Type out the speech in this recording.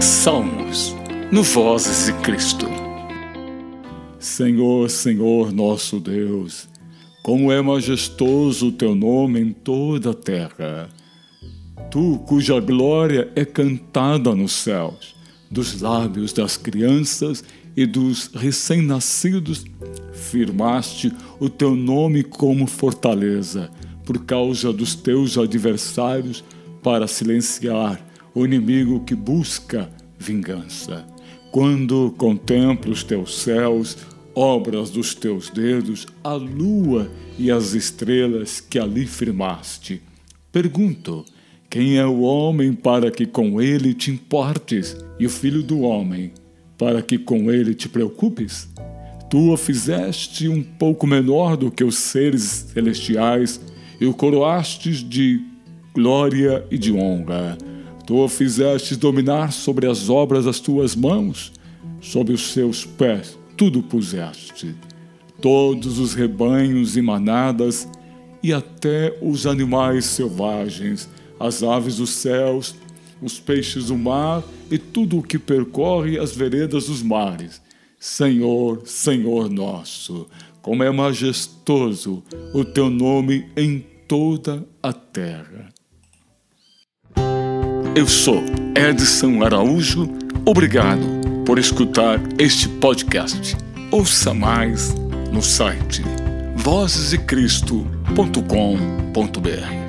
Salmos, no Vozes de Cristo. Senhor, Senhor nosso Deus, como é majestoso o teu nome em toda a terra. Tu, cuja glória é cantada nos céus, dos lábios das crianças e dos recém-nascidos, firmaste o teu nome como fortaleza, por causa dos teus adversários, para silenciar o inimigo que busca vingança. Quando contemplo os teus céus, obras dos teus dedos, a lua e as estrelas que ali firmaste, pergunto: quem é o homem para que com ele te importes, e o filho do homem para que com ele te preocupes? Tu o fizeste um pouco menor do que os seres celestiais e o coroastes de glória e de honra. Tu o fizeste dominar sobre as obras das tuas mãos, sob os seus pés tudo puseste. Todos os rebanhos e manadas, e até os animais selvagens, as aves dos céus, os peixes do mar e tudo o que percorre as veredas dos mares. Senhor, Senhor nosso, como é majestoso o teu nome em toda a terra. Eu sou Edson Araújo. Obrigado por escutar este podcast. Ouça mais no site vozesdecristo.com.br.